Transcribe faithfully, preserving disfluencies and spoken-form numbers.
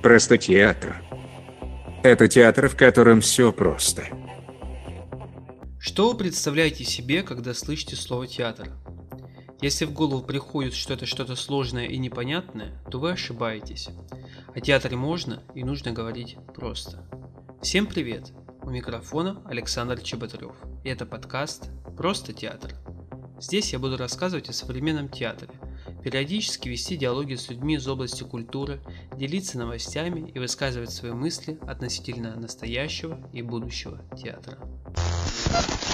Просто театр. Это театр, в котором все просто. Что вы представляете себе, когда слышите слово «театр»? Если в голову приходит что-то что-то сложное и непонятное, то вы ошибаетесь. О театре можно и нужно говорить просто. Всем привет! У микрофона Александр Чеботарев. И это подкаст «Просто театр». Здесь я буду рассказывать о современном театре, периодически вести диалоги с людьми из области культуры, делиться новостями и высказывать свои мысли относительно настоящего и будущего театра.